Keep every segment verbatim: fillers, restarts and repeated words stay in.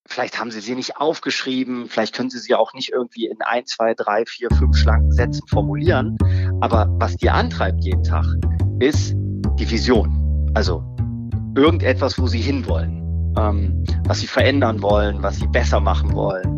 vielleicht haben Sie sie nicht aufgeschrieben, vielleicht können Sie sie auch nicht irgendwie in ein, zwei, drei, vier, fünf schlanken Sätzen formulieren. Aber was die antreibt jeden Tag, ist die Vision. Also irgendetwas, wo Sie hinwollen, ähm, was Sie verändern wollen, was Sie besser machen wollen.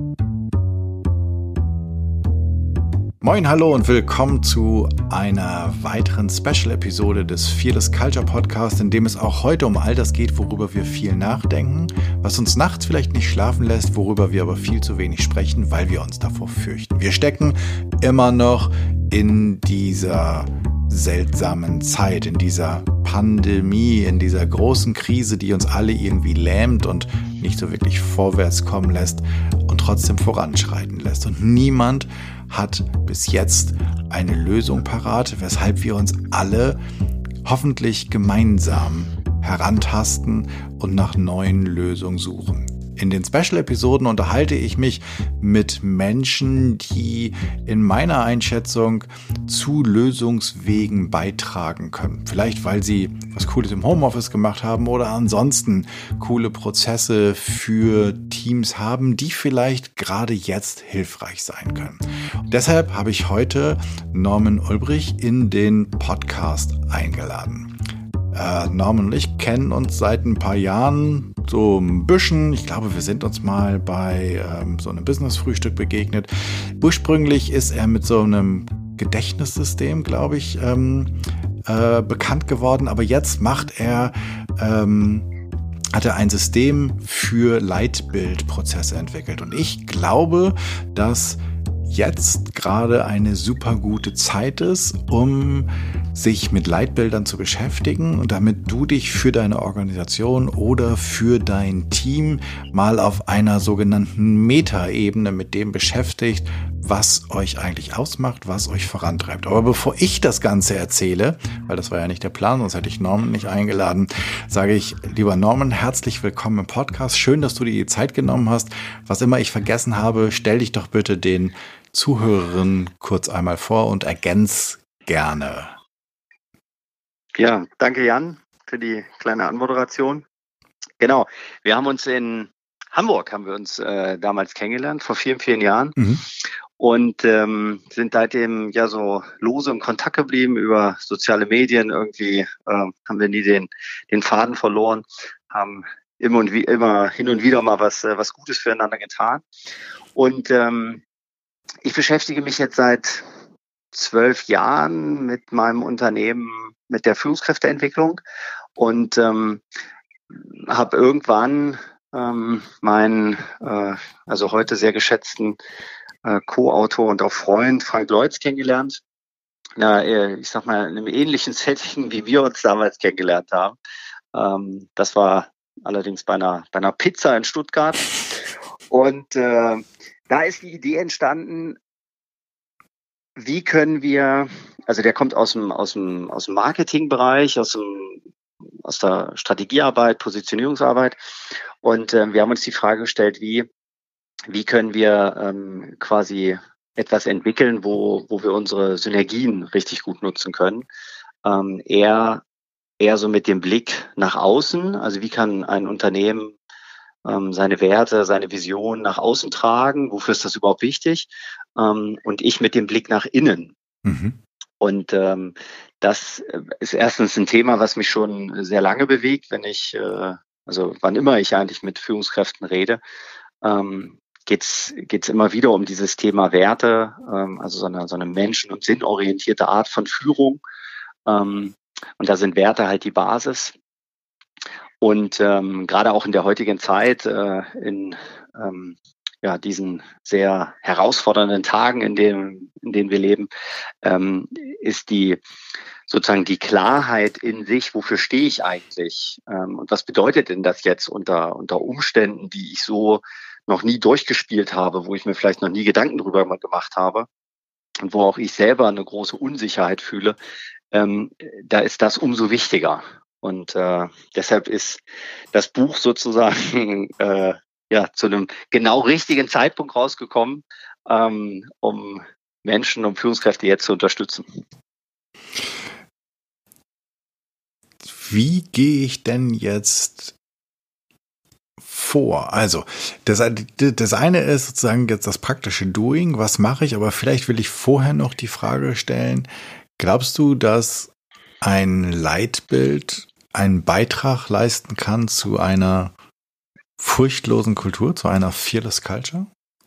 Moin, hallo und willkommen zu einer weiteren Special-Episode des Fearless Culture Podcast, in dem es auch heute um all das geht, worüber wir viel nachdenken, was uns nachts vielleicht nicht schlafen lässt, worüber wir aber viel zu wenig sprechen, weil wir uns davor fürchten. Wir stecken immer noch in dieser seltsamen Zeit, in dieser Pandemie, in dieser großen Krise, die uns alle irgendwie lähmt und nicht so wirklich vorwärts kommen lässt und trotzdem voranschreiten lässt. Und niemand hat bis jetzt eine Lösung parat, weshalb wir uns alle hoffentlich gemeinsam herantasten und nach neuen Lösungen suchen. In den Special-Episoden unterhalte ich mich mit Menschen, die in meiner Einschätzung zu Lösungswegen beitragen können. Vielleicht, weil sie was Cooles im Homeoffice gemacht haben oder ansonsten coole Prozesse für Teams haben, die vielleicht gerade jetzt hilfreich sein können. Und deshalb habe ich heute Norman Ulbrich in den Podcast eingeladen. Äh, Norman und ich kennen uns seit ein paar Jahren so ein bisschen. Ich glaube, wir sind uns mal bei ähm, so einem Business-Frühstück begegnet. Ursprünglich ist er mit so einem Gedächtnissystem, glaube ich, ähm, äh, bekannt geworden. Aber jetzt macht er, ähm, hat er ein System für Leitbildprozesse entwickelt. Und ich glaube, dass jetzt gerade eine super gute Zeit ist, um sich mit Leitbildern zu beschäftigen und damit du dich für deine Organisation oder für dein Team mal auf einer sogenannten Metaebene mit dem beschäftigt, was euch eigentlich ausmacht, was euch vorantreibt. Aber bevor ich das Ganze erzähle, weil das war ja nicht der Plan, sonst hätte ich Norman nicht eingeladen, sage ich, lieber Norman, herzlich willkommen im Podcast. Schön, dass du dir die Zeit genommen hast. Was immer ich vergessen habe, stell dich doch bitte den Zuhörerinnen kurz einmal vor und ergänz gerne. Ja, danke Jan für die kleine Anmoderation. Genau, wir haben uns in Hamburg, haben wir uns äh, damals kennengelernt, vor vielen, vielen Jahren. Mhm. Und ähm, sind seitdem ja so lose in Kontakt geblieben über soziale Medien. Irgendwie äh, haben wir nie den, den Faden verloren, haben immer und wie immer hin und wieder mal was, äh, was Gutes füreinander getan. Und ähm, ich beschäftige mich jetzt seit zwölf Jahren mit meinem Unternehmen, mit der Führungskräfteentwicklung und ähm, habe irgendwann ähm, meinen, äh, also heute sehr geschätzten äh, Co-Autor und auch Freund Frank Leutz kennengelernt. Na, äh, ich sag mal, in einem ähnlichen Setting, wie wir uns damals kennengelernt haben. Ähm, das war allerdings bei einer, bei einer Pizza in Stuttgart. Und äh, da ist die Idee entstanden, wie können wir, also der kommt aus dem, aus dem, aus dem Marketingbereich, aus dem, aus der Strategiearbeit, Positionierungsarbeit. Und äh, wir haben uns die Frage gestellt, wie, wie können wir ähm, quasi etwas entwickeln, wo, wo wir unsere Synergien richtig gut nutzen können. Ähm, eher, eher so mit dem Blick nach außen. Also wie kann ein Unternehmen ähm, seine Werte, seine Vision nach außen tragen? Wofür ist das überhaupt wichtig? Ähm, und ich mit dem Blick nach innen. Mhm. Und ähm, das ist erstens ein Thema, was mich schon sehr lange bewegt, wenn ich, äh, also wann immer ich eigentlich mit Führungskräften rede, ähm, geht's geht's immer wieder um dieses Thema Werte, ähm, also so eine, so eine menschen- und sinnorientierte Art von Führung. Ähm, und da sind Werte halt die Basis. Und ähm, gerade auch in der heutigen Zeit, äh, in ähm, ja, diesen sehr herausfordernden Tagen, in denen, in denen wir leben, ähm, ist die sozusagen die Klarheit in sich, wofür stehe ich eigentlich? Ähm, und was bedeutet denn das jetzt unter, unter Umständen, die ich so noch nie durchgespielt habe, wo ich mir vielleicht noch nie Gedanken drüber gemacht habe und wo auch ich selber eine große Unsicherheit fühle, ähm, da ist das umso wichtiger. Und äh, deshalb ist das Buch sozusagen äh, ja zu einem genau richtigen Zeitpunkt rausgekommen, ähm, um Menschen, um Führungskräfte jetzt zu unterstützen. Wie gehe ich denn jetzt vor? Also, das, das eine ist sozusagen jetzt das praktische Doing. Was mache ich? Aber vielleicht will ich vorher noch die Frage stellen, glaubst du, dass ein Leitbild einen Beitrag leisten kann zu einer furchtlosen Kultur, zu einer Fearless Culture?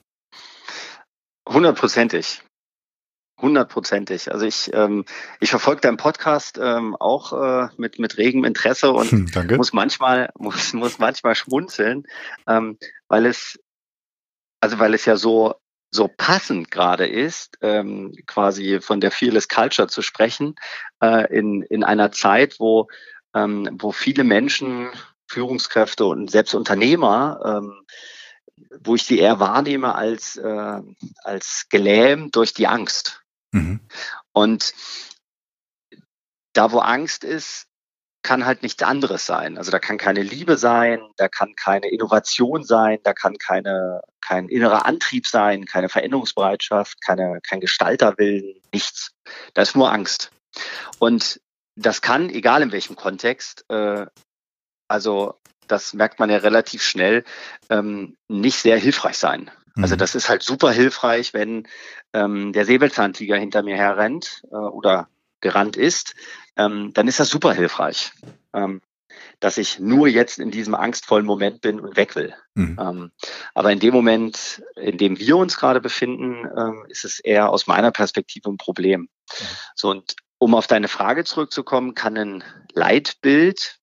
Hundertprozentig. Hundertprozentig. Also ich, ähm, ich verfolge deinen Podcast ähm, auch äh, mit mit regem Interesse und hm, danke. muss manchmal muss muss manchmal schmunzeln, ähm, weil es also weil es ja so so passend gerade ist, ähm, quasi von der Fearless Culture zu sprechen äh, in in einer Zeit, wo ähm, wo viele Menschen, Führungskräfte und selbst Unternehmer, ähm, wo ich sie eher wahrnehme als äh, als gelähmt durch die Angst. Mhm. Und da, wo Angst ist, kann halt nichts anderes sein. Also da kann keine Liebe sein, da kann keine Innovation sein, da kann keine, kein innerer Antrieb sein, keine Veränderungsbereitschaft, keine, kein Gestalterwillen, nichts. Da ist nur Angst. Und das kann, egal in welchem Kontext, äh, also das merkt man ja relativ schnell, ähm, nicht sehr hilfreich sein. Also das ist halt super hilfreich, wenn ähm, der Säbelzahntiger hinter mir herrennt äh, oder gerannt ist, ähm, dann ist das super hilfreich, ähm, dass ich nur jetzt in diesem angstvollen Moment bin und weg will. Mhm. Ähm, aber in dem Moment, in dem wir uns gerade befinden, ähm, ist es eher aus meiner Perspektive ein Problem. Mhm. So, und um auf deine Frage zurückzukommen, kann ein Leitbild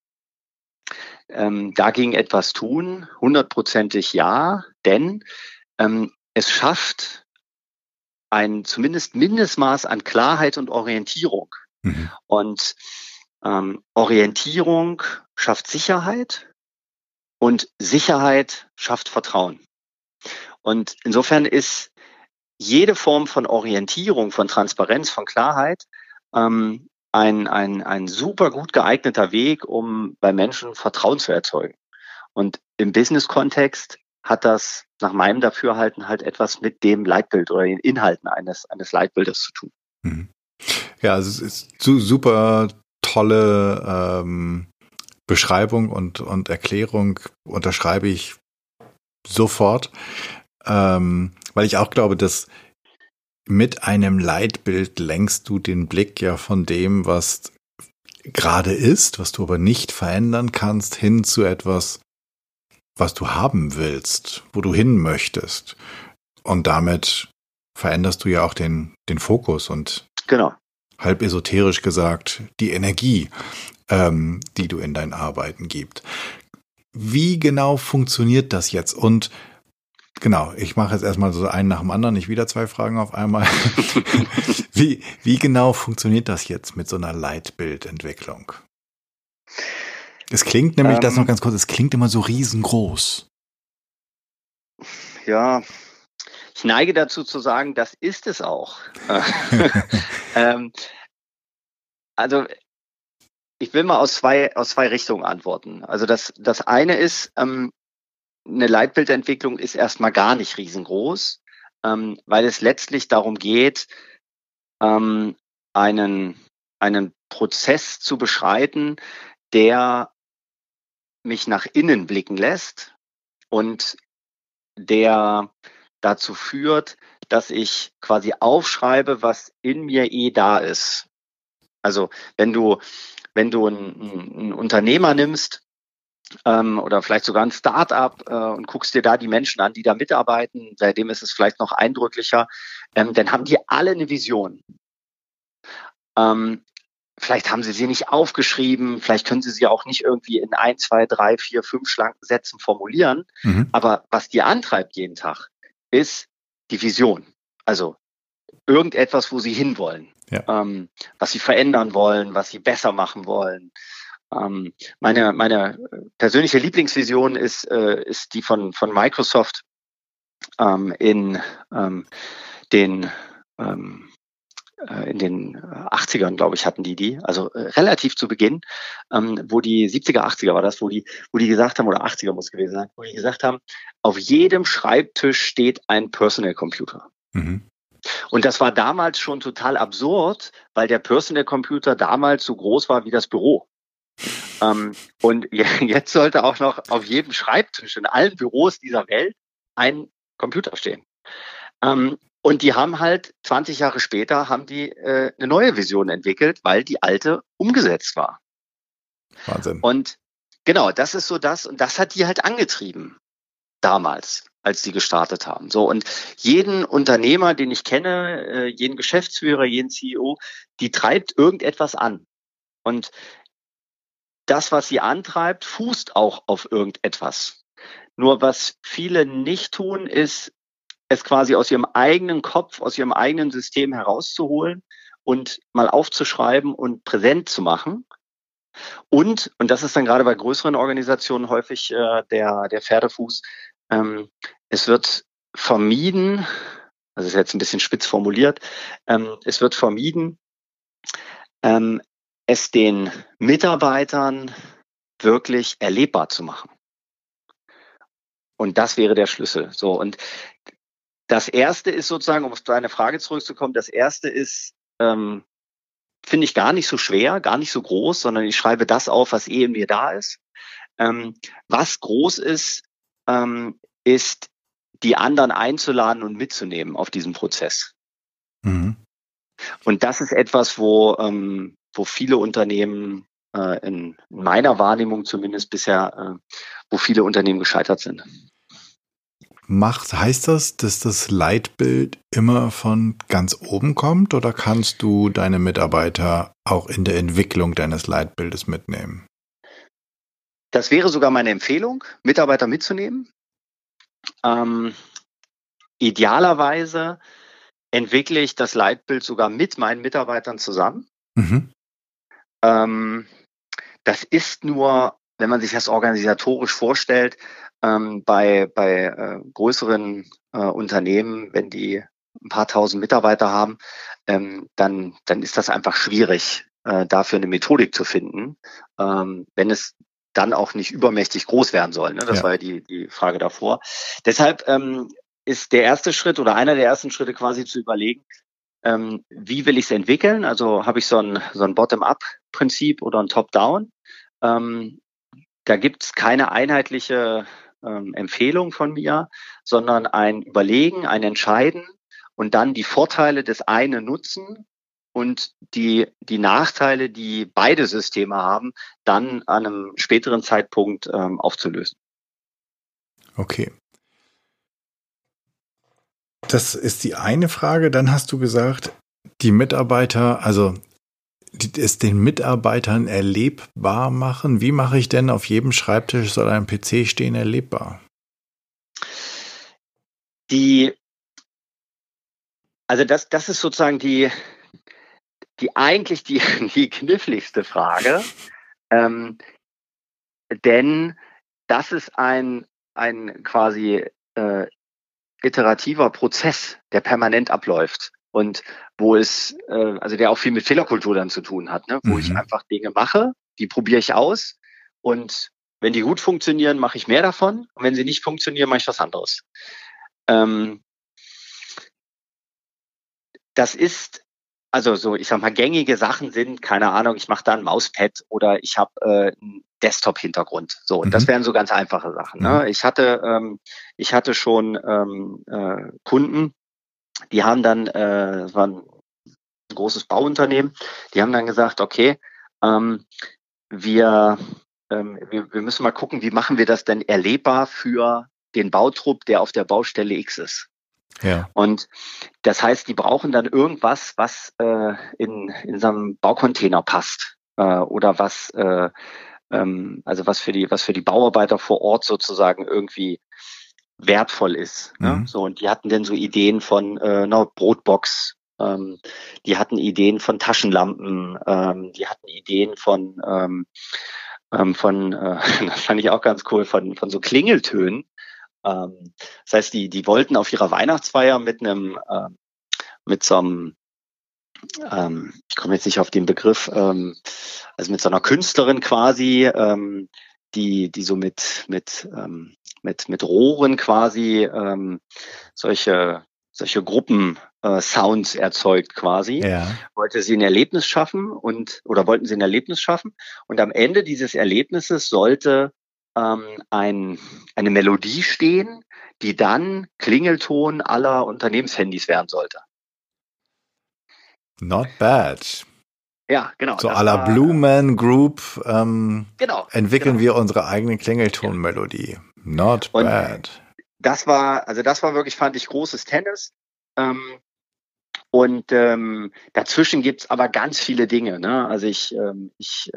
ähm, dagegen etwas tun? Hundertprozentig ja, denn ähm, es schafft ein zumindest Mindestmaß an Klarheit und Orientierung. Mhm. Und ähm, Orientierung schafft Sicherheit und Sicherheit schafft Vertrauen. Und insofern ist jede Form von Orientierung, von Transparenz, von Klarheit ähm, ein, ein, ein super gut geeigneter Weg, um bei Menschen Vertrauen zu erzeugen. Und im Business-Kontext hat das nach meinem Dafürhalten halt etwas mit dem Leitbild oder den Inhalten eines, eines Leitbildes zu tun. Ja, also es ist super tolle ähm, Beschreibung und, und Erklärung, unterschreibe ich sofort, ähm, weil ich auch glaube, dass mit einem Leitbild lenkst du den Blick ja von dem, was gerade ist, was du aber nicht verändern kannst, hin zu etwas, was du haben willst, wo du hin möchtest. Und damit veränderst du ja auch den, den Fokus und genau. halb esoterisch gesagt, die Energie, ähm, die du in dein Arbeiten gibst. Wie genau funktioniert das jetzt? Und genau, ich mache jetzt erstmal so einen nach dem anderen, nicht wieder zwei Fragen auf einmal. wie, wie genau funktioniert das jetzt mit so einer Leitbildentwicklung? Es klingt nämlich, ähm, das noch ganz kurz, es klingt immer so riesengroß. Ja, ich neige dazu zu sagen, das ist es auch. ähm, also ich will mal aus zwei aus zwei Richtungen antworten. Also das das eine ist, ähm, eine Leitbildentwicklung ist erstmal gar nicht riesengroß, ähm, weil es letztlich darum geht, ähm, einen einen Prozess zu beschreiten, der mich nach innen blicken lässt und der dazu führt, dass ich quasi aufschreibe, was in mir eh da ist. Also wenn du, wenn du einen, einen Unternehmer nimmst ähm, oder vielleicht sogar ein Start-up äh, und guckst dir da die Menschen an, die da mitarbeiten, seitdem ist es vielleicht noch eindrücklicher, ähm, dann haben die alle eine Vision. Ähm, Vielleicht haben sie sie nicht aufgeschrieben, vielleicht können sie sie auch nicht irgendwie in ein, zwei, drei, vier, fünf schlanken Sätzen formulieren. Mhm. Aber was die antreibt jeden Tag, ist die Vision. Also irgendetwas, wo sie hinwollen, ja. ähm, was sie verändern wollen, was sie besser machen wollen. Ähm, meine, meine persönliche Lieblingsvision ist, äh, ist die von, von Microsoft ähm, in ähm, den ähm, in den achtzigern, glaube ich, hatten die die, also äh, relativ zu Beginn, ähm, wo die siebziger, achtziger war das, wo die, wo die gesagt haben, oder achtziger muss gewesen sein, wo die gesagt haben, auf jedem Schreibtisch steht ein Personal Computer. Mhm. Und das war damals schon total absurd, weil der Personal Computer damals so groß war wie das Büro. Ähm, und jetzt sollte auch noch auf jedem Schreibtisch in allen Büros dieser Welt ein Computer stehen. Ähm, und die haben halt zwanzig Jahre später haben die äh, eine neue Vision entwickelt, weil die alte umgesetzt war. Wahnsinn. Und genau, das ist so das, und das hat die halt angetrieben damals, als die gestartet haben. So, und jeden Unternehmer, den ich kenne, äh, jeden Geschäftsführer, jeden C E O, die treibt irgendetwas an. Und das, was sie antreibt, fußt auch auf irgendetwas. Nur was viele nicht tun, ist, es quasi aus ihrem eigenen Kopf, aus ihrem eigenen System herauszuholen und mal aufzuschreiben und präsent zu machen. Und, und das ist dann gerade bei größeren Organisationen häufig äh, der, der Pferdefuß, ähm, es wird vermieden, das ist jetzt ein bisschen spitz formuliert, ähm, es wird vermieden, ähm, es den Mitarbeitern wirklich erlebbar zu machen. Und das wäre der Schlüssel. So, und das erste ist sozusagen, um auf deine Frage zurückzukommen, das erste ist, ähm, finde ich gar nicht so schwer, gar nicht so groß, sondern ich schreibe das auf, was eh in mir da ist. Ähm, was groß ist, ähm, ist, die anderen einzuladen und mitzunehmen auf diesen Prozess. Mhm. Und das ist etwas, wo, ähm, wo viele Unternehmen, äh, in meiner Wahrnehmung zumindest bisher, äh, wo viele Unternehmen gescheitert sind. Macht, heißt das, dass das Leitbild immer von ganz oben kommt, oder kannst du deine Mitarbeiter auch in der Entwicklung deines Leitbildes mitnehmen? Das wäre sogar meine Empfehlung, Mitarbeiter mitzunehmen. Ähm, idealerweise entwickle ich das Leitbild sogar mit meinen Mitarbeitern zusammen. Mhm. Ähm, das ist nur, wenn man sich das organisatorisch vorstellt, ähm, bei, bei äh, größeren äh, Unternehmen, wenn die ein paar tausend Mitarbeiter haben, ähm, dann, dann ist das einfach schwierig, äh, dafür eine Methodik zu finden, ähm, wenn es dann auch nicht übermächtig groß werden soll. Ne? Das ja. war ja die, die Frage davor. Deshalb ähm, ist der erste Schritt oder einer der ersten Schritte quasi zu überlegen, ähm, wie will ich es entwickeln? Also habe ich so ein, so ein Bottom-up-Prinzip oder ein Top-Down? Ähm, da gibt es keine einheitliche ähm, Empfehlung von mir, sondern ein Überlegen, ein Entscheiden und dann die Vorteile des einen nutzen und die, die Nachteile, die beide Systeme haben, dann an einem späteren Zeitpunkt ähm, aufzulösen. Okay. Das ist die eine Frage. Dann hast du gesagt, die Mitarbeiter, also die, es den Mitarbeitern erlebbar machen. Wie mache ich denn auf jedem Schreibtisch soll ein P C stehen erlebbar? Die, also das, das ist sozusagen die, die eigentlich die, die kniffligste Frage, ähm, denn das ist ein, ein quasi äh, iterativer Prozess, der permanent abläuft und wo es, äh, also der auch viel mit Fehlerkultur dann zu tun hat, ne? Wo mhm. ich einfach Dinge mache, die probiere ich aus und wenn die gut funktionieren, mache ich mehr davon und wenn sie nicht funktionieren, mache ich was anderes. Ähm, das ist, also so, ich sag mal, gängige Sachen sind, keine Ahnung, ich mache da ein Mauspad oder ich habe äh, einen Desktop-Hintergrund. So, mhm. das wären so ganz einfache Sachen. Ne? Mhm. Ich hatte, ähm, ich hatte schon ähm, äh, Kunden, die haben dann, äh, das war ein großes Bauunternehmen, die haben dann gesagt, okay, ähm, wir, ähm, wir, wir müssen mal gucken, wie machen wir das denn erlebbar für den Bautrupp, der auf der Baustelle X ist. Ja. Und das heißt, die brauchen dann irgendwas, was äh, in, in so einem Baucontainer passt äh, oder was, äh, ähm, also was für die, was für die Bauarbeiter vor Ort sozusagen irgendwie wertvoll ist. Ne? Mhm. So, und die hatten dann so Ideen von äh, einer Brotbox, ähm, die hatten Ideen von Taschenlampen, ähm, die hatten Ideen von ähm, ähm, von, äh, das fand ich auch ganz cool, von von so Klingeltönen. Ähm, das heißt, die, die wollten auf ihrer Weihnachtsfeier mit einem, äh, mit so einem, ähm, ich komme jetzt nicht auf den Begriff, ähm, also mit so einer Künstlerin quasi, ähm, die, die so mit, mit, ähm, mit, mit Rohren quasi ähm, solche, solche Gruppen äh, Sounds erzeugt quasi. Ja. Wollte sie ein Erlebnis schaffen und oder wollten sie ein Erlebnis schaffen und am Ende dieses Erlebnisses sollte ähm, ein, eine Melodie stehen, die dann Klingelton aller Unternehmenshandys werden sollte. Not bad. Ja, genau. So à la Blue Man Group ähm, genau, entwickeln genau. wir unsere eigene Klingeltonmelodie. Not und bad. Das war, also das war wirklich, fand ich, großes Tennis. Ähm, und ähm, dazwischen gibt's aber ganz viele Dinge. Ne? Also ich, ähm, ich,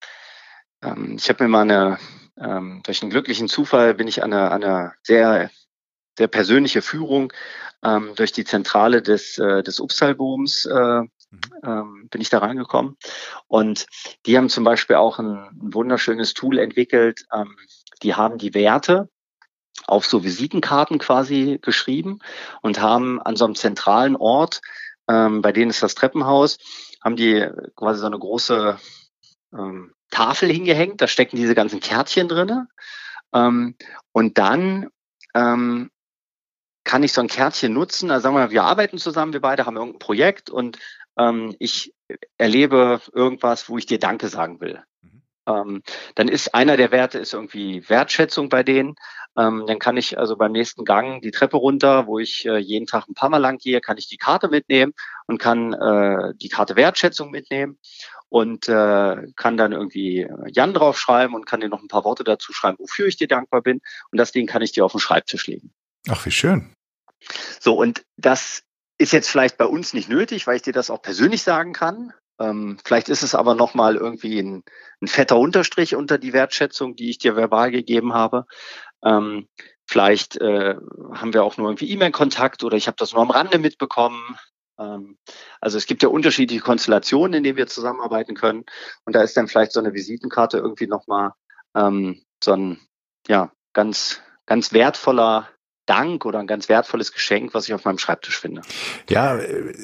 ähm, ich habe mir mal eine, ähm, durch einen glücklichen Zufall bin ich an eine, an eine sehr, sehr persönliche Führung ähm, durch die Zentrale des, äh, des Upsalboms äh, ähm, bin ich da reingekommen. Und die haben zum Beispiel auch ein, ein wunderschönes Tool entwickelt. Ähm, die haben die Werte auf so Visitenkarten quasi geschrieben und haben an so einem zentralen Ort, ähm, bei denen ist das Treppenhaus, haben die quasi so eine große ähm, Tafel hingehängt, da stecken diese ganzen Kärtchen drinne. Ähm, und dann ähm, kann ich so ein Kärtchen nutzen, also sagen wir mal, wir arbeiten zusammen, wir beide haben irgendein Projekt und ähm, ich erlebe irgendwas, wo ich dir Danke sagen will. Mhm. Ähm, dann ist einer der Werte ist irgendwie Wertschätzung bei denen. Ähm, dann kann ich also beim nächsten Gang die Treppe runter, wo ich äh, jeden Tag ein paar Mal lang gehe, kann ich die Karte mitnehmen und kann äh, die Karte Wertschätzung mitnehmen und äh, kann dann irgendwie Jan draufschreiben und kann dir noch ein paar Worte dazu schreiben, wofür ich dir dankbar bin. Und das Ding kann ich dir auf den Schreibtisch legen. Ach, wie schön. So, und das ist jetzt vielleicht bei uns nicht nötig, weil ich dir das auch persönlich sagen kann. Ähm, vielleicht ist es aber nochmal irgendwie ein, ein fetter Unterstrich unter die Wertschätzung, die ich dir verbal gegeben habe. Ähm, vielleicht äh, haben wir auch nur irgendwie E-Mail-Kontakt oder ich habe das nur am Rande mitbekommen. Ähm, also es gibt ja unterschiedliche Konstellationen, in denen wir zusammenarbeiten können. Und da ist dann vielleicht so eine Visitenkarte irgendwie nochmal ähm, so ein ja ganz, ganz wertvoller Dank oder ein ganz wertvolles Geschenk, was ich auf meinem Schreibtisch finde. Ja,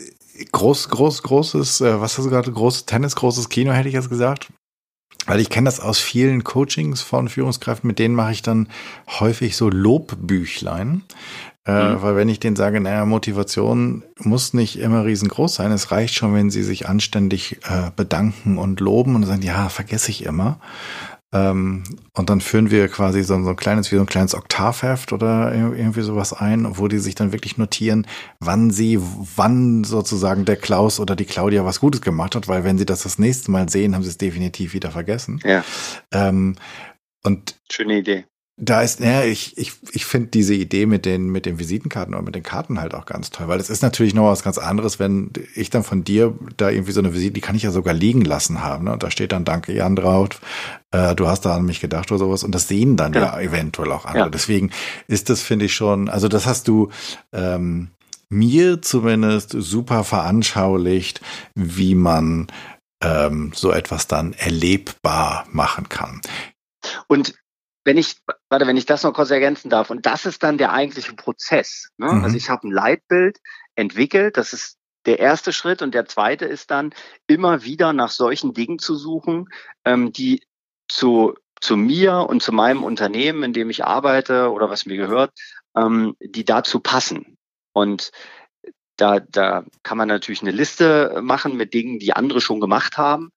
groß, groß, großes, was hast du gerade, großes Tennis, großes Kino, hätte ich jetzt gesagt. Weil ich kenne das aus vielen Coachings von Führungskräften, mit denen mache ich dann häufig so Lobbüchlein. Äh, mhm. Weil wenn ich denen sage, naja, Motivation muss nicht immer riesengroß sein, es reicht schon, wenn sie sich anständig äh, bedanken und loben und sagen, ja, vergesse ich immer. Ähm, und dann führen wir quasi so, so ein kleines, wie so ein kleines Oktavheft oder irgendwie sowas ein, wo die sich dann wirklich notieren, wann sie, wann sozusagen der Klaus oder die Claudia was Gutes gemacht hat, weil wenn sie das das nächste Mal sehen, haben sie es definitiv wieder vergessen. Ja. Ähm, und schöne Idee. Da ist, ja, ich, ich, ich finde diese Idee mit den, mit den Visitenkarten oder mit den Karten halt auch ganz toll, weil es ist natürlich noch was ganz anderes, wenn ich dann von dir da irgendwie so eine Visite, die kann ich ja sogar liegen lassen haben, ne? Und da steht dann Danke Jan drauf, äh, du hast da an mich gedacht oder sowas und das sehen dann ja, ja eventuell auch andere. Ja. Deswegen ist das, finde ich schon, also das hast du, ähm, mir zumindest super veranschaulicht, wie man ähm, so etwas dann erlebbar machen kann. Und Wenn ich, warte, wenn ich das noch kurz ergänzen darf, und das ist dann der eigentliche Prozess. Ne? Mhm. Also ich habe ein Leitbild entwickelt, das ist der erste Schritt und der zweite ist dann, immer wieder nach solchen Dingen zu suchen, ähm, die zu, zu mir und zu meinem Unternehmen, in dem ich arbeite oder was mir gehört, ähm, die dazu passen. Und da, da kann man natürlich eine Liste machen mit Dingen, die andere schon gemacht haben.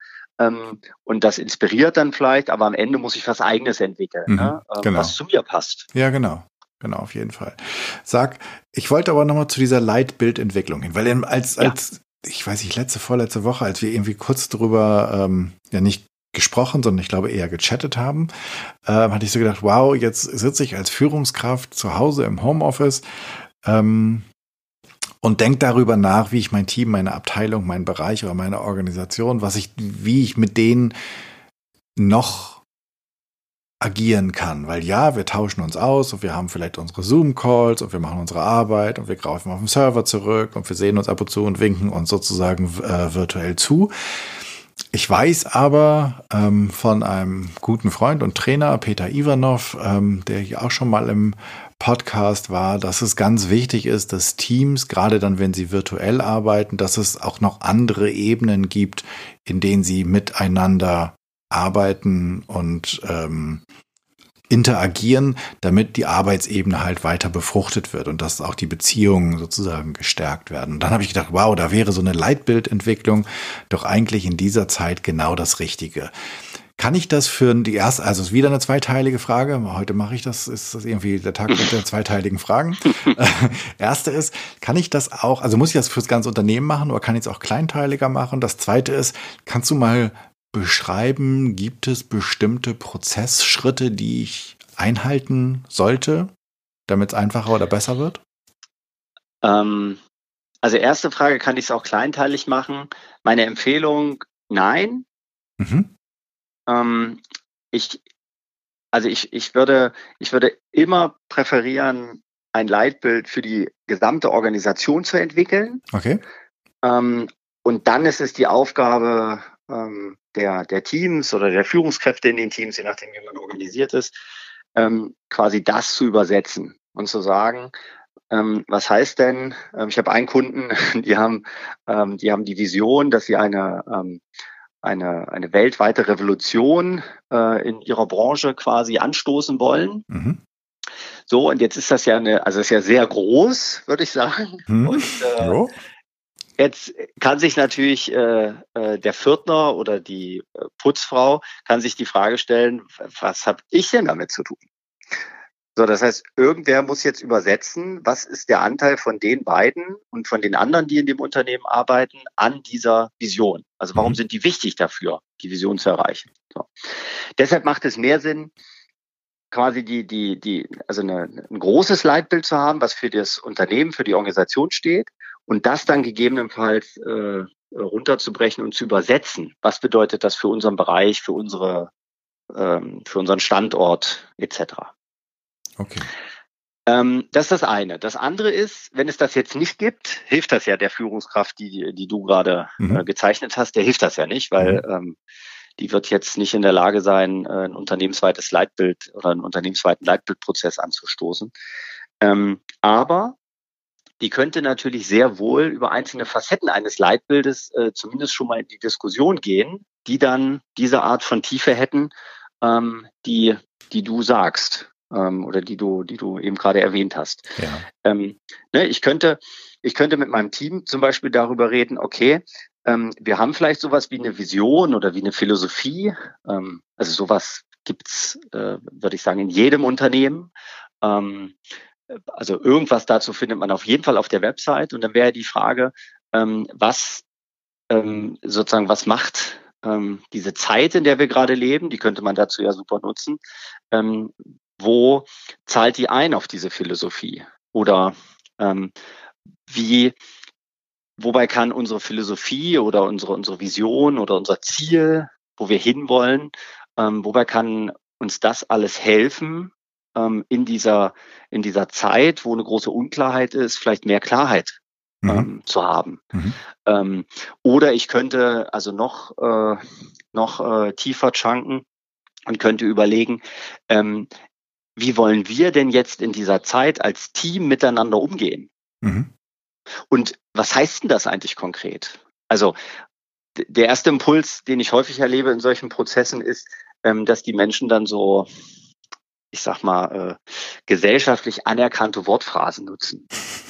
Und das inspiriert dann vielleicht, aber am Ende muss ich was Eigenes entwickeln, mhm, ne? Genau. Was zu mir passt. Ja, genau. Genau, auf jeden Fall. Sag, ich wollte aber nochmal zu dieser Leitbildentwicklung hin, weil als, ja. als, ich weiß nicht, letzte, vorletzte Woche, als wir irgendwie kurz drüber, ähm, ja nicht gesprochen, sondern ich glaube eher gechattet haben, äh, hatte ich so gedacht, wow, jetzt sitze ich als Führungskraft zu Hause im Homeoffice, ähm, und denk darüber nach, wie ich mein Team, meine Abteilung, meinen Bereich oder meine Organisation, was ich, wie ich mit denen noch agieren kann. Weil ja, wir tauschen uns aus und wir haben vielleicht unsere Zoom-Calls und wir machen unsere Arbeit und wir greifen auf den Server zurück und wir sehen uns ab und zu und winken uns sozusagen äh, virtuell zu. Ich weiß aber ähm, von einem guten Freund und Trainer, Peter Ivanov, ähm, der hier auch schon mal im Podcast war, dass es ganz wichtig ist, dass Teams, gerade dann, wenn sie virtuell arbeiten, dass es auch noch andere Ebenen gibt, in denen sie miteinander arbeiten und ähm, interagieren, damit die Arbeitsebene halt weiter befruchtet wird und dass auch die Beziehungen sozusagen gestärkt werden. Und dann habe ich gedacht, wow, da wäre so eine Leitbildentwicklung doch eigentlich in dieser Zeit genau das Richtige. Kann ich das für die erste, also es ist wieder eine zweiteilige Frage, heute mache ich das, ist das irgendwie der Tag mit der zweiteiligen Fragen. Erste ist, kann ich das auch, also muss ich das fürs ganze Unternehmen machen oder kann ich es auch kleinteiliger machen? Das zweite ist, kannst du mal beschreiben, gibt es bestimmte Prozessschritte, die ich einhalten sollte, damit es einfacher oder besser wird? Ähm, also erste Frage, kann ich es auch kleinteilig machen? Meine Empfehlung, nein. Mhm. Ähm, ich, also ich, ich würde, ich würde immer präferieren, ein Leitbild für die gesamte Organisation zu entwickeln. Okay. Ähm, und dann ist es die Aufgabe ähm, der, der Teams oder der Führungskräfte in den Teams, je nachdem, wie man organisiert ist, ähm, quasi das zu übersetzen und zu sagen, ähm, was heißt denn, ähm, ich habe einen Kunden, die haben, ähm, die haben die Vision, dass sie eine, ähm, eine, eine weltweite Revolution äh, in ihrer Branche quasi anstoßen wollen. Mhm. So, und jetzt ist das ja eine, also ist ja sehr groß, würde ich sagen. Mhm. Und äh, ja. Jetzt kann sich natürlich äh, äh, der Pförtner oder die äh, Putzfrau kann sich die Frage stellen, was habe ich denn damit zu tun? So, das heißt, irgendwer muss jetzt übersetzen, was ist der Anteil von den beiden und von den anderen, die in dem Unternehmen arbeiten, an dieser Vision? Also warum mhm. sind die wichtig dafür, die Vision zu erreichen? So. Deshalb macht es mehr Sinn, quasi die, die, die, also eine, ein großes Leitbild zu haben, was für das Unternehmen, für die Organisation steht und das dann gegebenenfalls äh, runterzubrechen und zu übersetzen. Was bedeutet das für unseren Bereich, für unsere, ähm, für unseren Standort et cetera. Okay. Ähm, das ist das eine. Das andere ist, wenn es das jetzt nicht gibt, hilft das ja der Führungskraft, die, die du gerade mhm. äh, gezeichnet hast, der hilft das ja nicht, weil mhm. ähm, die wird jetzt nicht in der Lage sein, äh, ein unternehmensweites Leitbild oder einen unternehmensweiten Leitbildprozess anzustoßen. Ähm, aber die könnte natürlich sehr wohl über einzelne Facetten eines Leitbildes äh, zumindest schon mal in die Diskussion gehen, die dann diese Art von Tiefe hätten, ähm, die, die du sagst. Oder die du, die du eben gerade erwähnt hast. Ja. Ähm, ne, ich könnte, ich könnte mit meinem Team zum Beispiel darüber reden, okay, ähm, wir haben vielleicht sowas wie eine Vision oder wie eine Philosophie. Ähm, also sowas gibt's, äh, würde ich sagen, in jedem Unternehmen. Ähm, also irgendwas dazu findet man auf jeden Fall auf der Website. Und dann wäre die Frage, ähm, was ähm, sozusagen, was macht ähm, diese Zeit, in der wir gerade leben? Die könnte man dazu ja super nutzen. Ähm, Wo zahlt die ein auf diese Philosophie? Oder ähm, wie, wobei kann unsere Philosophie oder unsere, unsere Vision oder unser Ziel, wo wir hinwollen, ähm, wobei kann uns das alles helfen, ähm, in dieser, in dieser Zeit, wo eine große Unklarheit ist, vielleicht mehr Klarheit mhm. ähm, zu haben. Mhm. Ähm, oder ich könnte also noch, äh, noch äh, tiefer chunken und könnte überlegen, ähm, wie wollen wir denn jetzt in dieser Zeit als Team miteinander umgehen? Mhm. Und was heißt denn das eigentlich konkret? Also d- der erste Impuls, den ich häufig erlebe in solchen Prozessen, ist, ähm, dass die Menschen dann so, ich sag mal, äh, gesellschaftlich anerkannte Wortphrasen nutzen.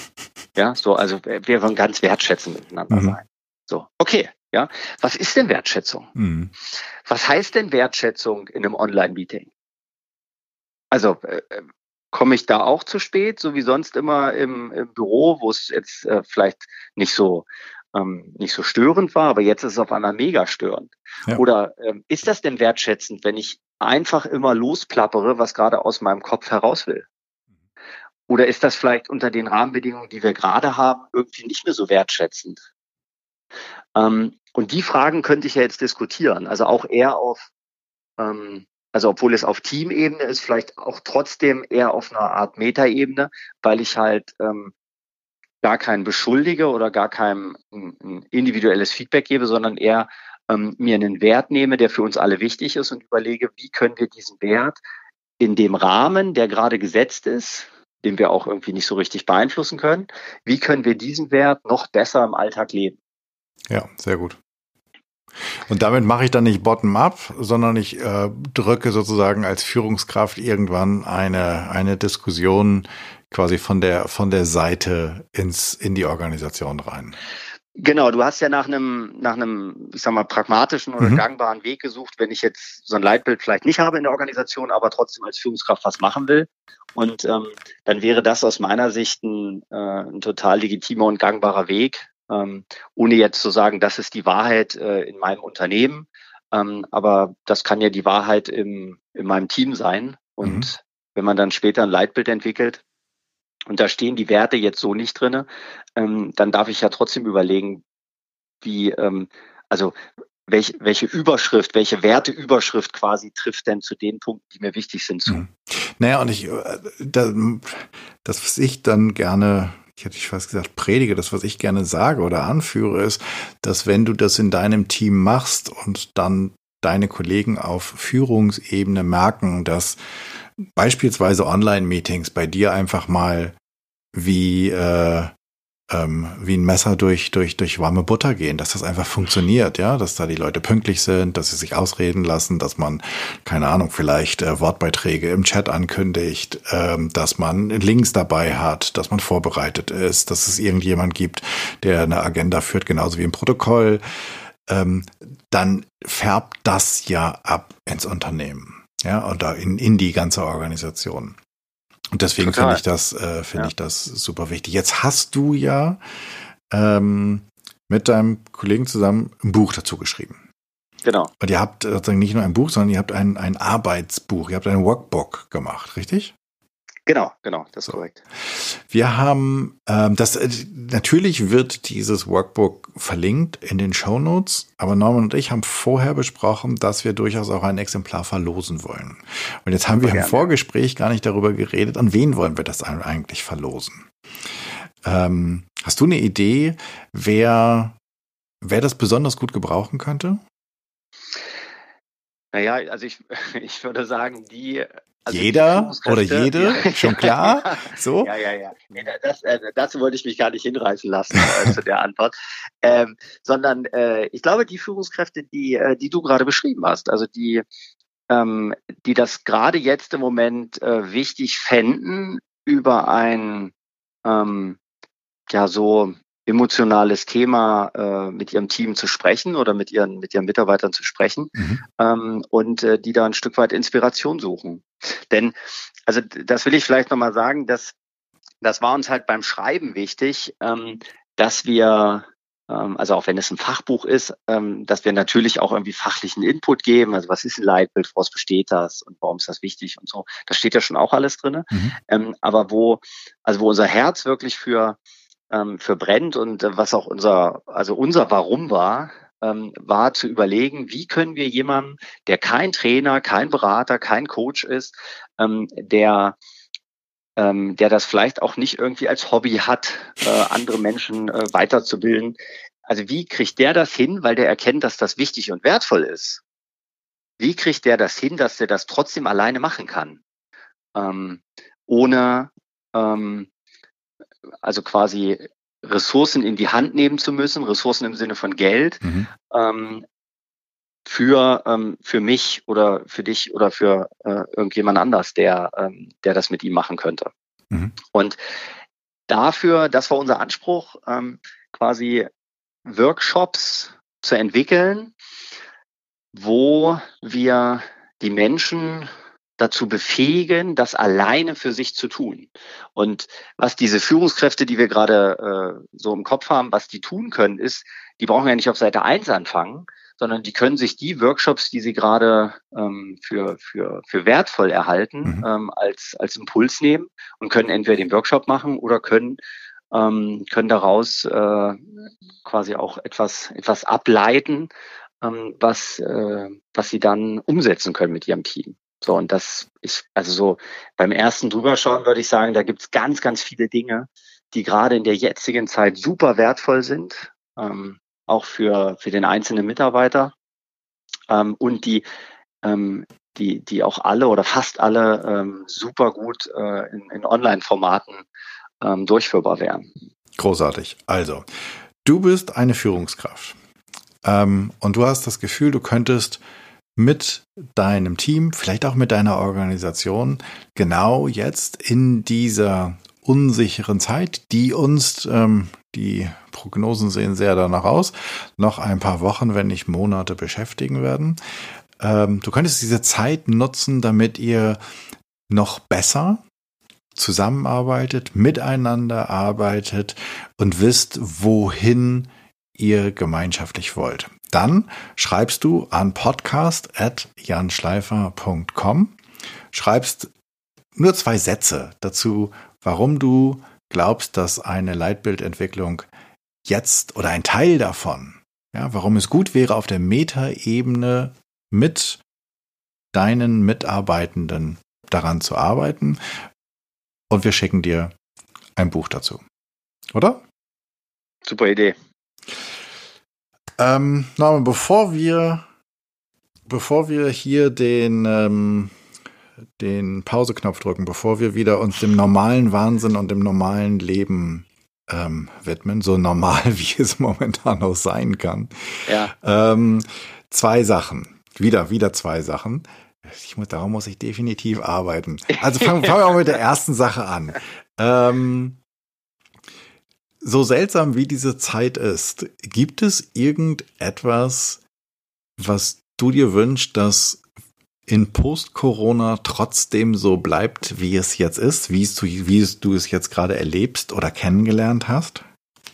Ja, so, also wir wollen ganz wertschätzend miteinander mhm. sein. So, okay, ja. Was ist denn Wertschätzung? Mhm. Was heißt denn Wertschätzung in einem Online-Meeting? Also äh, komme ich da auch zu spät, so wie sonst immer im, im Büro, wo es jetzt äh, vielleicht nicht so ähm, nicht so störend war, aber jetzt ist es auf einmal mega störend. Ja. Oder ähm, ist das denn wertschätzend, wenn ich einfach immer losplappere, was gerade aus meinem Kopf heraus will? Oder ist das vielleicht unter den Rahmenbedingungen, die wir gerade haben, irgendwie nicht mehr so wertschätzend? Ähm, und die Fragen könnte ich ja jetzt diskutieren, also auch eher auf ähm, Also obwohl es auf Teamebene ist, vielleicht auch trotzdem eher auf einer Art Metaebene, weil ich halt ähm, gar keinen beschuldige oder gar keinem ein, ein individuelles Feedback gebe, sondern eher ähm, mir einen Wert nehme, der für uns alle wichtig ist und überlege, wie können wir diesen Wert in dem Rahmen, der gerade gesetzt ist, den wir auch irgendwie nicht so richtig beeinflussen können, wie können wir diesen Wert noch besser im Alltag leben? Ja, sehr gut. Und damit mache ich dann nicht bottom-up, sondern ich äh, drücke sozusagen als Führungskraft irgendwann eine, eine Diskussion quasi von der, von der Seite ins, in die Organisation rein. Genau, du hast ja nach einem, nach einem, ich sag mal, pragmatischen oder mhm. gangbaren Weg gesucht, wenn ich jetzt so ein Leitbild vielleicht nicht habe in der Organisation, aber trotzdem als Führungskraft was machen will. Und ähm, dann wäre das aus meiner Sicht ein, äh, ein total legitimer und gangbarer Weg, ähm, ohne jetzt zu sagen, das ist die Wahrheit äh, in meinem Unternehmen. Ähm, aber das kann ja die Wahrheit im, in meinem Team sein. Und mhm. wenn man dann später ein Leitbild entwickelt, und da stehen die Werte jetzt so nicht drinne, ähm, dann darf ich ja trotzdem überlegen, wie, ähm, also welche, welche Überschrift, welche Werteüberschrift quasi trifft denn zu den Punkten, die mir wichtig sind, zu. Mhm. Naja, und ich, das, das, was ich dann gerne, ich hätte fast gesagt, predige, das, was ich gerne sage oder anführe, ist, dass wenn du das in deinem Team machst und dann deine Kollegen auf Führungsebene merken, dass beispielsweise Online-Meetings bei dir einfach mal wie äh, ähm, wie ein Messer durch durch durch warme Butter gehen, dass das einfach funktioniert, ja, dass da die Leute pünktlich sind, dass sie sich ausreden lassen, dass man, keine Ahnung, vielleicht äh, Wortbeiträge im Chat ankündigt, ähm, dass man Links dabei hat, dass man vorbereitet ist, dass es irgendjemand gibt, der eine Agenda führt, genauso wie im Protokoll, ähm, dann färbt das ja ab ins Unternehmen. Ja, oder in, in die ganze Organisation. Und deswegen finde ich das, äh, finde ja. ich das super wichtig. Jetzt hast du ja ähm, mit deinem Kollegen zusammen ein Buch dazu geschrieben. Genau. Und ihr habt sozusagen nicht nur ein Buch, sondern ihr habt ein, ein Arbeitsbuch, ihr habt ein Workbook gemacht, richtig? Genau, genau, das ist so. Korrekt. Wir haben, ähm, das natürlich wird dieses Workbook verlinkt in den Shownotes, aber Norman und ich haben vorher besprochen, dass wir durchaus auch ein Exemplar verlosen wollen. Und jetzt haben wir im Vorgespräch gar nicht darüber geredet, an wen wollen wir das eigentlich verlosen. Ähm, hast du eine Idee, wer, wer das besonders gut gebrauchen könnte? Naja, also ich, ich würde sagen, die Also Jeder oder jede, ja, schon klar? Ja, so? Ja, ja, ja. Nee, das, äh, dazu wollte ich mich gar nicht hinreißen lassen äh, zu der Antwort. Ähm, sondern äh, ich glaube, die Führungskräfte, die, äh, die du gerade beschrieben hast, also die, ähm, die das gerade jetzt im Moment äh, wichtig fänden, über ein ähm, ja so emotionales Thema äh, mit ihrem Team zu sprechen oder mit ihren mit ihren Mitarbeitern zu sprechen mhm. ähm, und äh, die da ein Stück weit Inspiration suchen. Denn, also das will ich vielleicht nochmal sagen, dass das war uns halt beim Schreiben wichtig, ähm, dass wir, ähm, also auch wenn es ein Fachbuch ist, ähm, dass wir natürlich auch irgendwie fachlichen Input geben. Also was ist ein Leitbild, woraus besteht das und warum ist das wichtig und so. Das steht ja schon auch alles drin. Mhm. Ähm, aber wo, also wo unser Herz wirklich für für brennt und was auch unser, also unser Warum war, ähm, war zu überlegen, wie können wir jemanden, der kein Trainer, kein Berater, kein Coach ist, ähm, der ähm, der das vielleicht auch nicht irgendwie als Hobby hat, äh, andere Menschen äh, weiterzubilden. Also wie kriegt der das hin, weil der erkennt, dass das wichtig und wertvoll ist? Wie kriegt der das hin, dass der das trotzdem alleine machen kann? Ähm, ohne ähm, also quasi Ressourcen in die Hand nehmen zu müssen, Ressourcen im Sinne von Geld, mhm. ähm, für ähm, für mich oder für dich oder für äh, irgendjemand anders, der ähm, der das mit ihm machen könnte. Mhm. Und dafür, das war unser Anspruch, ähm, quasi Workshops zu entwickeln, wo wir die Menschen dazu befähigen, das alleine für sich zu tun. Und was diese Führungskräfte, die wir gerade äh, so im Kopf haben, was die tun können, ist, die brauchen ja nicht auf Seite eins anfangen, sondern die können sich die Workshops, die sie gerade ähm, für für für wertvoll erhalten, mhm. ähm, als als Impuls nehmen und können entweder den Workshop machen oder können ähm, können daraus äh, quasi auch etwas etwas ableiten, ähm, was äh, was sie dann umsetzen können mit ihrem Team. So, und das ist, also so beim ersten Drüberschauen würde ich sagen, da gibt's ganz, ganz viele Dinge, die gerade in der jetzigen Zeit super wertvoll sind, ähm, auch für für den einzelnen Mitarbeiter ähm, und die ähm, die die auch alle oder fast alle ähm, super gut äh, in, in Online-Formaten ähm, durchführbar wären. Großartig. Also, du bist eine Führungskraft. Ähm, und du hast das Gefühl, du könntest mit deinem Team, vielleicht auch mit deiner Organisation, genau jetzt in dieser unsicheren Zeit, die uns, ähm, die Prognosen sehen sehr danach aus, noch ein paar Wochen, wenn nicht Monate beschäftigen werden. Ähm, du könntest diese Zeit nutzen, damit ihr noch besser zusammenarbeitet, miteinander arbeitet und wisst, wohin ihr gemeinschaftlich wollt. Dann schreibst du an podcast at janschleifer punkt com, schreibst nur zwei Sätze dazu, warum du glaubst, dass eine Leitbildentwicklung jetzt oder ein Teil davon, ja, warum es gut wäre, auf der Metaebene mit deinen Mitarbeitenden daran zu arbeiten. Und wir schicken dir ein Buch dazu. Oder? Super Idee. Ähm, Norman, bevor wir, bevor wir hier den, ähm, den Pauseknopf drücken, bevor wir wieder uns dem normalen Wahnsinn und dem normalen Leben ähm, widmen, so normal wie es momentan auch sein kann. Ja. Ähm, zwei Sachen. Wieder, wieder zwei Sachen. Ich muss, darum muss ich definitiv arbeiten. Also fangen, fangen wir auch mit der ersten Sache an. Ähm, so seltsam wie diese Zeit ist, gibt es irgendetwas, was du dir wünschst, dass in Post-Corona trotzdem so bleibt, wie es jetzt ist, wie es du, wie es du es jetzt gerade erlebst oder kennengelernt hast?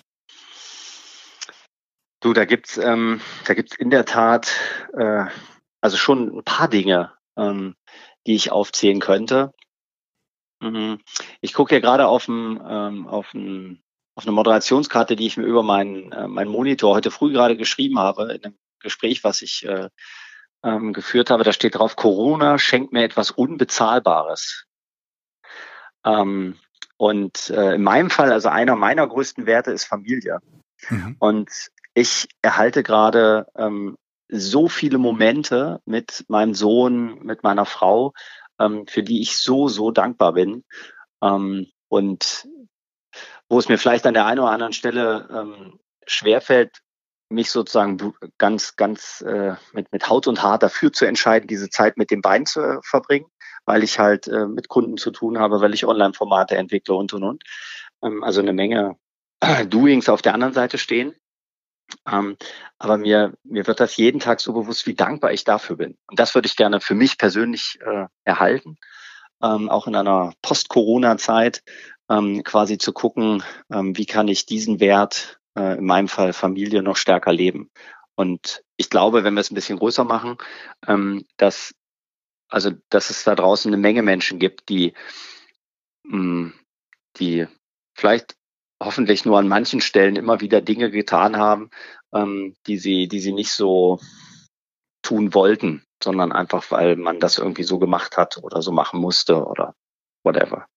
Du, da gibt's, ähm, da gibt's in der Tat, äh, also schon ein paar Dinge, ähm, die ich aufzählen könnte. Mhm. Ich gucke ja gerade auf ein, ähm, auf ein, auf eine Moderationskarte, die ich mir über meinen, äh, meinen Monitor heute früh gerade geschrieben habe, in einem Gespräch, was ich äh, ähm, geführt habe. Da steht drauf: Corona schenkt mir etwas Unbezahlbares. Ähm, und äh, in meinem Fall, also einer meiner größten Werte ist Familie. Mhm. Und ich erhalte gerade ähm, so viele Momente mit meinem Sohn, mit meiner Frau, ähm, für die ich so, so dankbar bin. Ähm, und wo es mir vielleicht an der einen oder anderen Stelle ähm, schwerfällt, mich sozusagen ganz, ganz äh, mit, mit Haut und Haar dafür zu entscheiden, diese Zeit mit den beiden zu äh, verbringen, weil ich halt äh, mit Kunden zu tun habe, weil ich Online-Formate entwickle und, und, und. Ähm, also eine Menge äh, Doings auf der anderen Seite stehen. Ähm, aber mir, mir wird das jeden Tag so bewusst, wie dankbar ich dafür bin. Und das würde ich gerne für mich persönlich äh, erhalten, ähm, auch in einer Post-Corona-Zeit, ähm, quasi zu gucken, ähm, wie kann ich diesen Wert, äh, in meinem Fall Familie, noch stärker leben. Und ich glaube, wenn wir es ein bisschen größer machen, ähm, dass, also, dass es da draußen eine Menge Menschen gibt, die, mh, die vielleicht hoffentlich nur an manchen Stellen immer wieder Dinge getan haben, ähm, die sie, die sie nicht so tun wollten, sondern einfach, weil man das irgendwie so gemacht hat oder so machen musste oder whatever.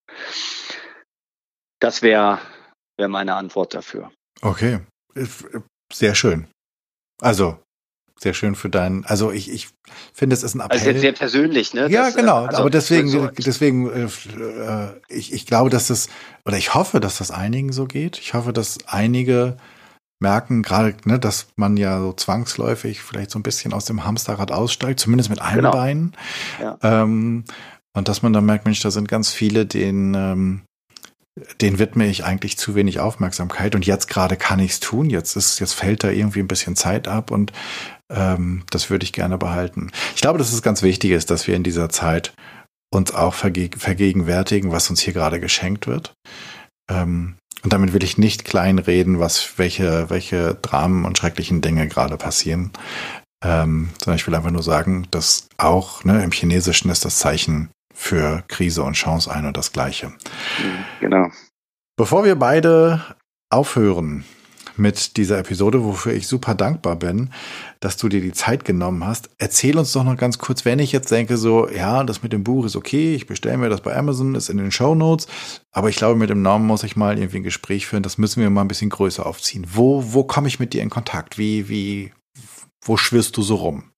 Das wäre wär meine Antwort dafür. Okay, sehr schön. Also sehr schön für deinen, also ich, ich finde, es ist ein Appell. Also jetzt sehr persönlich, ne? Ja, das, genau, also, aber deswegen, so, deswegen, äh, ich, ich glaube, dass das, oder ich hoffe, dass das einigen so geht. Ich hoffe, dass einige merken, gerade, ne, dass man ja so zwangsläufig vielleicht so ein bisschen aus dem Hamsterrad aussteigt, zumindest mit einem genau. Bein. Ja. Ähm, und dass man dann merkt, Mensch, da sind ganz viele, denen, ähm, den widme ich eigentlich zu wenig Aufmerksamkeit und jetzt gerade kann ich es tun. Jetzt ist, jetzt fällt da irgendwie ein bisschen Zeit ab und ähm, das würde ich gerne behalten. Ich glaube, dass es ganz wichtig ist, dass wir in dieser Zeit uns auch verge- vergegenwärtigen, was uns hier gerade geschenkt wird. Ähm, und damit will ich nicht kleinreden, was welche welche Dramen und schrecklichen Dinge gerade passieren, ähm, sondern ich will einfach nur sagen, dass auch, ne, im Chinesischen ist das Zeichen für Krise und Chance ein und das Gleiche. Genau. Bevor wir beide aufhören mit dieser Episode, wofür ich super dankbar bin, dass du dir die Zeit genommen hast, erzähl uns doch noch ganz kurz, wenn ich jetzt denke so, ja, das mit dem Buch ist okay, ich bestelle mir das bei Amazon, ist in den Shownotes, aber ich glaube, mit dem Norman muss ich mal irgendwie ein Gespräch führen, das müssen wir mal ein bisschen größer aufziehen. Wo, wo komme ich mit dir in Kontakt? Wie, wie, wo schwirrst du so rum?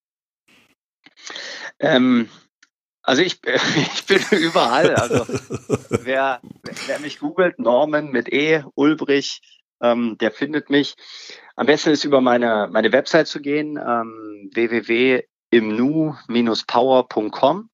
Ähm, Also ich, ich bin überall. Also wer, wer mich googelt, Norman mit E, Ulbrich, ähm, der findet mich. Am besten ist über meine, meine Website zu gehen, ähm, w w w punkt imnu Bindestrich power punkt com.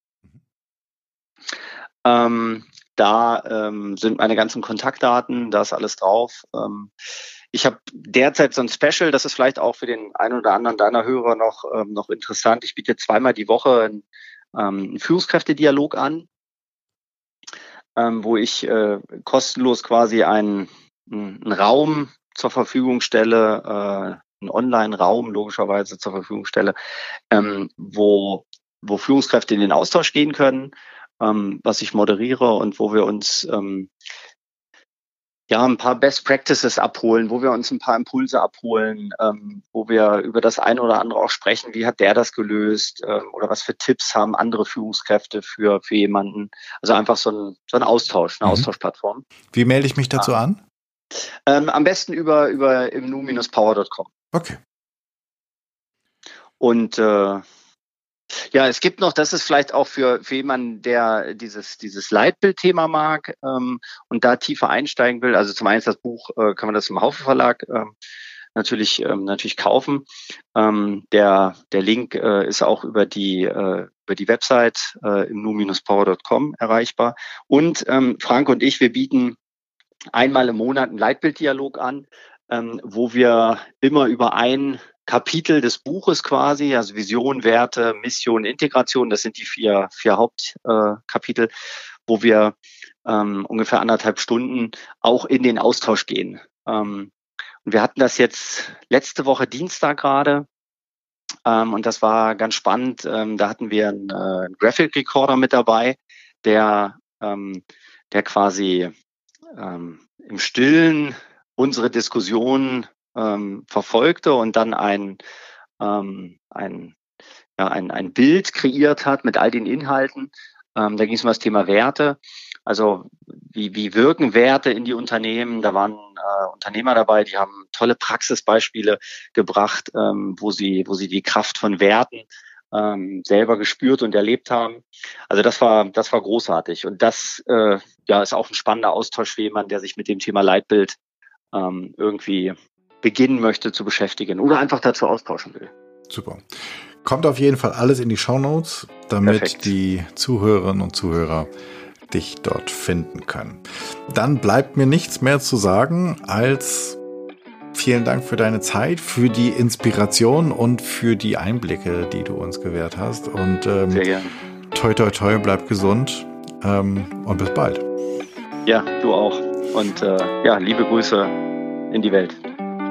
Ähm, da ähm, sind meine ganzen Kontaktdaten, da ist alles drauf. Ähm, ich habe derzeit so ein Special, das ist vielleicht auch für den einen oder anderen deiner Hörer noch, ähm, noch interessant. Ich biete zweimal die Woche einen, ähm, einen Führungskräftedialog an, ähm, wo ich äh, kostenlos quasi einen, einen Raum zur Verfügung stelle, äh, einen Online-Raum logischerweise zur Verfügung stelle, ähm, wo, wo Führungskräfte in den Austausch gehen können, ähm, was ich moderiere und wo wir uns ähm, ja ein paar Best Practices abholen, wo wir uns ein paar Impulse abholen, ähm, wo wir über das eine oder andere auch sprechen, wie hat der das gelöst, ähm, oder was für Tipps haben andere Führungskräfte für für jemanden. Also einfach so ein so ein Austausch, eine mhm. Austauschplattform. Wie melde ich mich dazu ja. an? Ähm, am besten über über imnu Bindestrich power punkt com. Okay. Und äh, ja, es gibt noch, das ist vielleicht auch für, für jemanden, der dieses, dieses Leitbildthema mag ähm, und da tiefer einsteigen will. Also zum einen das Buch, äh, kann man das im Haufe Verlag ähm, natürlich, ähm, natürlich kaufen. Ähm, der, der Link äh, ist auch über die, äh, über die Website äh, imnu Bindestrich power punkt com erreichbar. Und ähm, Frank und ich, wir bieten einmal im Monat einen Leitbilddialog an, ähm, wo wir immer über ein Kapitel des Buches quasi, also Vision, Werte, Mission, Integration, das sind die vier, vier Hauptkapitel, äh, wo wir ähm, ungefähr anderthalb Stunden auch in den Austausch gehen. Ähm, und wir hatten das jetzt letzte Woche Dienstag gerade ähm, und das war ganz spannend. Ähm, da hatten wir einen, äh, einen Graphic Recorder mit dabei, der, ähm, der quasi ähm, im Stillen unsere Diskussion ähm, verfolgte und dann ein, ähm, ein, ja, ein, ein Bild kreiert hat mit all den Inhalten. Ähm, da ging es um das Thema Werte. Also wie, wie wirken Werte in die Unternehmen? Da waren äh, Unternehmer dabei, die haben tolle Praxisbeispiele gebracht, ähm, wo sie, wo sie die Kraft von Werten ähm, selber gespürt und erlebt haben. Also das war, das war großartig. Und das äh, ja, ist auch ein spannender Austausch für jemanden, der sich mit dem Thema Leitbild ähm, irgendwie beginnen möchte zu beschäftigen oder einfach dazu austauschen will. Super. Kommt auf jeden Fall alles in die Shownotes, damit Perfekt. Die Zuhörerinnen und Zuhörer dich dort finden können. Dann bleibt mir nichts mehr zu sagen als vielen Dank für deine Zeit, für die Inspiration und für die Einblicke, die du uns gewährt hast. Und ähm, sehr gerne. Toi, toi, toi, bleib gesund ähm, und bis bald. Ja, du auch. Und äh, ja, liebe Grüße in die Welt.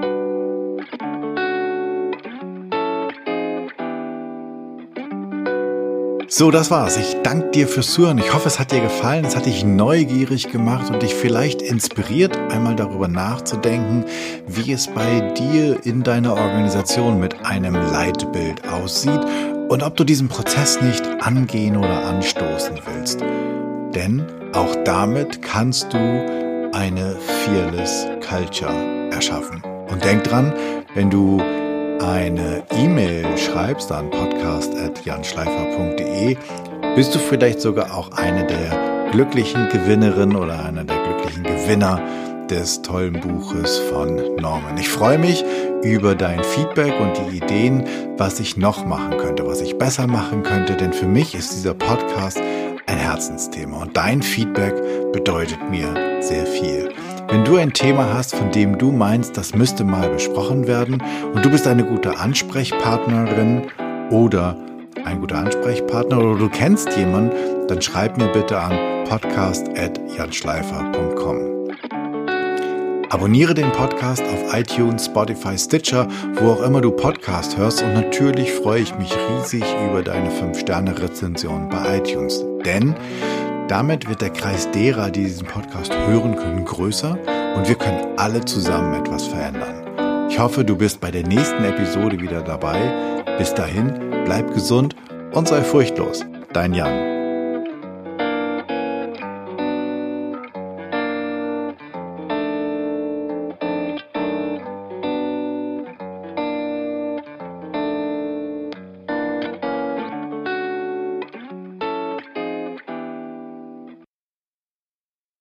So, das war's. Ich danke dir fürs Zuhören. Ich hoffe, es hat dir gefallen. Es hat dich neugierig gemacht und dich vielleicht inspiriert, einmal darüber nachzudenken, wie es bei dir in deiner Organisation mit einem Leitbild aussieht und ob du diesen Prozess nicht angehen oder anstoßen willst. Denn auch damit kannst du eine Fearless Culture erschaffen. Und denk dran, wenn du eine E-Mail schreibst an podcast at janschleifer punkt de, bist du vielleicht sogar auch eine der glücklichen Gewinnerinnen oder einer der glücklichen Gewinner des tollen Buches von Norman. Ich freue mich über dein Feedback und die Ideen, was ich noch machen könnte, was ich besser machen könnte, denn für mich ist dieser Podcast ein Herzensthema und dein Feedback bedeutet mir sehr viel. Wenn du ein Thema hast, von dem du meinst, das müsste mal besprochen werden und du bist eine gute Ansprechpartnerin oder ein guter Ansprechpartner oder du kennst jemanden, dann schreib mir bitte an podcast at janschleifer punkt com. Abonniere den Podcast auf iTunes, Spotify, Stitcher, wo auch immer du Podcast hörst und natürlich freue ich mich riesig über deine fünf Sterne Rezension bei iTunes, denn damit wird der Kreis derer, die diesen Podcast hören können, größer und wir können alle zusammen etwas verändern. Ich hoffe, du bist bei der nächsten Episode wieder dabei. Bis dahin, bleib gesund und sei furchtlos. Dein Jan.